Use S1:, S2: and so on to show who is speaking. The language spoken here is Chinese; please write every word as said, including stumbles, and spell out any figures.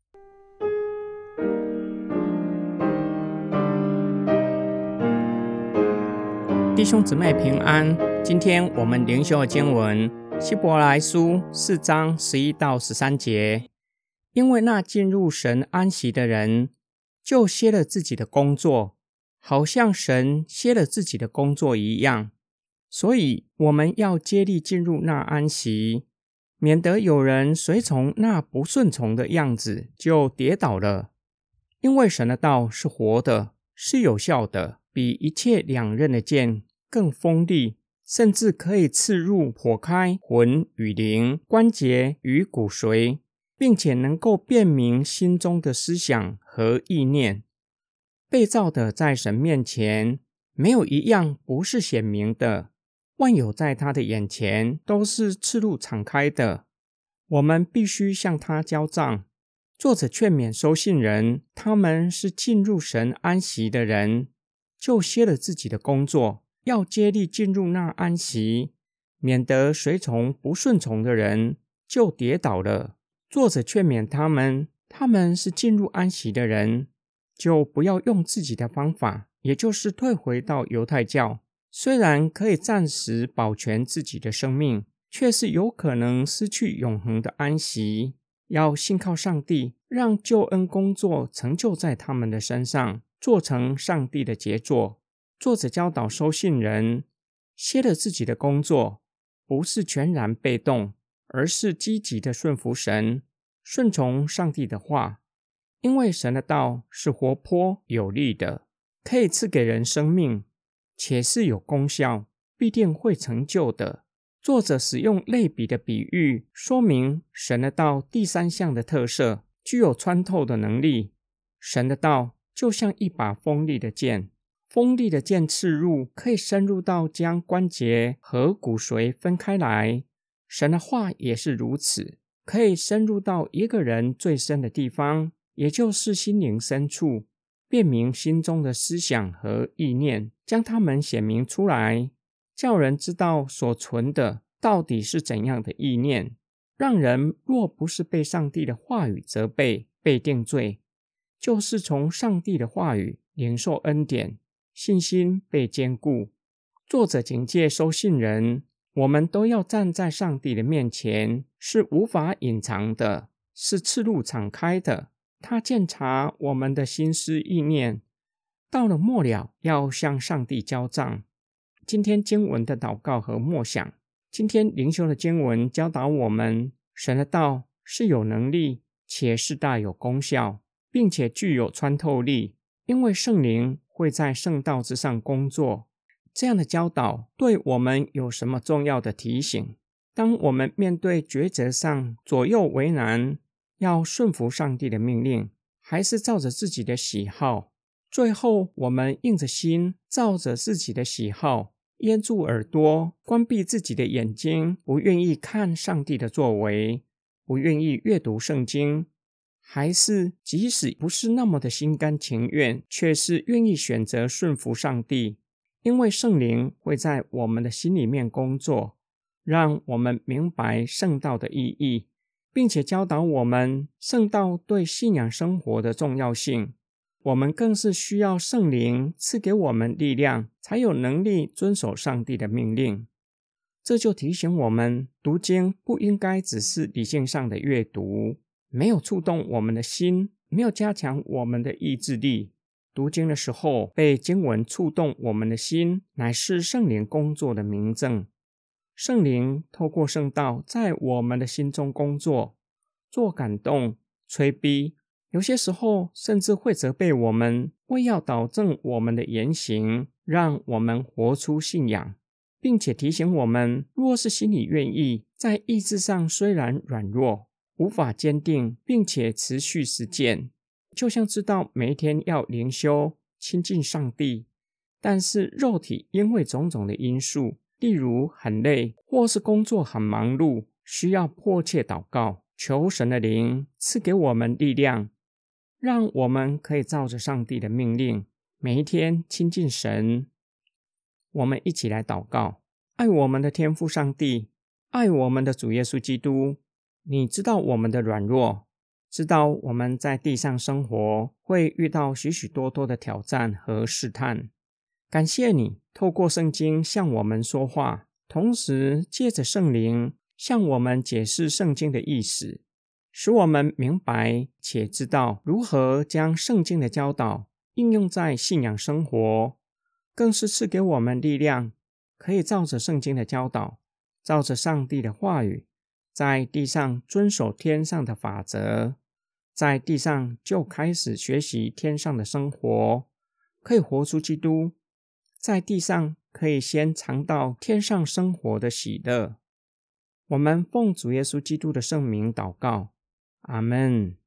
S1: 弟兄姊妹平安，今天我们灵修的经文希伯来书四章十一到十三节。因为那进入神安息的人，就歇了自己的工作，好像神歇了自己的工作一样。所以我们要竭力进入那安息，免得有人随从那不顺从的样子就跌倒了。因为神的道是活的，是有效的，比一切两刃的剑更锋利，甚至可以刺入剖开魂与灵、关节与骨髓，并且能够辨明心中的思想和意念。被造的在神面前，没有一样不是显明的，万有在他的眼前都是赤露敞开的。我们必须向他交账。作者劝勉收信人，他们是进入神安息的人，就歇了自己的工作，要竭力进入那安息，免得随从不顺从的人就跌倒了。作者劝勉他们，他们是进入安息的人，就不要用自己的方法，也就是退回到犹太教，虽然可以暂时保全自己的生命，却是有可能失去永恒的安息。要信靠上帝，让救恩工作成就在他们的身上，做成上帝的杰作。作者教导收信人，歇了自己的工作，不是全然被动，而是积极的顺服神，顺从上帝的话。因为神的道是活泼有力的，可以赐给人生命，且是有功效，必定会成就的。作者使用类比的比喻，说明神的道第三项的特色，具有穿透的能力。神的道就像一把锋利的剑，锋利的剑刺入，可以深入到将关节和骨髓分开来。神的话也是如此，可以深入到一个人最深的地方，也就是心灵深处，辨明心中的思想和意念，将它们显明出来，叫人知道所存的到底是怎样的意念。让人若不是被上帝的话语责备、被定罪，就是从上帝的话语领受恩典，信心被坚固。作者警戒收信人，我们都要站在上帝的面前，是无法隐藏的，是赤露敞开的。他鉴察我们的心思意念，到了末了要向上帝交账。今天经文的祷告和默想，今天灵修的经文教导我们，神的道是有能力，且是大有功效，并且具有穿透力，因为圣灵会在圣道之上工作。这样的教导对我们有什么重要的提醒？当我们面对抉择上左右为难，要顺服上帝的命令，还是照着自己的喜好？最后我们硬着心，照着自己的喜好，掩住耳朵，关闭自己的眼睛，不愿意看上帝的作为，不愿意阅读圣经，还是即使不是那么的心甘情愿，却是愿意选择顺服上帝？因为圣灵会在我们的心里面工作，让我们明白圣道的意义，并且教导我们圣道对信仰生活的重要性。我们更是需要圣灵赐给我们力量，才有能力遵守上帝的命令。这就提醒我们，读经不应该只是理性上的阅读，没有触动我们的心，没有加强我们的意志力。读经的时候，被经文触动我们的心，乃是圣灵工作的明证。圣灵透过圣道在我们的心中工作，做感动、催逼，有些时候甚至会责备我们，为要导正我们的言行，让我们活出信仰，并且提醒我们，若是心里愿意，在意志上虽然软弱，无法坚定，并且持续实践，就像知道每一天要灵修亲近上帝，但是肉体因为种种的因素，例如很累，或是工作很忙碌，需要迫切祷告，求神的灵赐给我们力量，让我们可以照着上帝的命令，每一天亲近神。我们一起来祷告。爱我们的天父上帝，爱我们的主耶稣基督，你知道我们的软弱， 知道我们在地上生活会遇到许许多多的挑战和试探。感谢你透过圣经向我们说话，同时借着圣灵向我们解释圣经的意思，使我们明白且知道如何将圣经的教导应用在信仰生活，更是赐给我们力量，可以照着圣经的教导，照着上帝的话语，在地上遵守天上的法则，在地上就开始学习天上的生活，可以活出基督，在地上可以先尝到天上生活的喜乐。我们奉主耶稣基督的圣名祷告，阿们。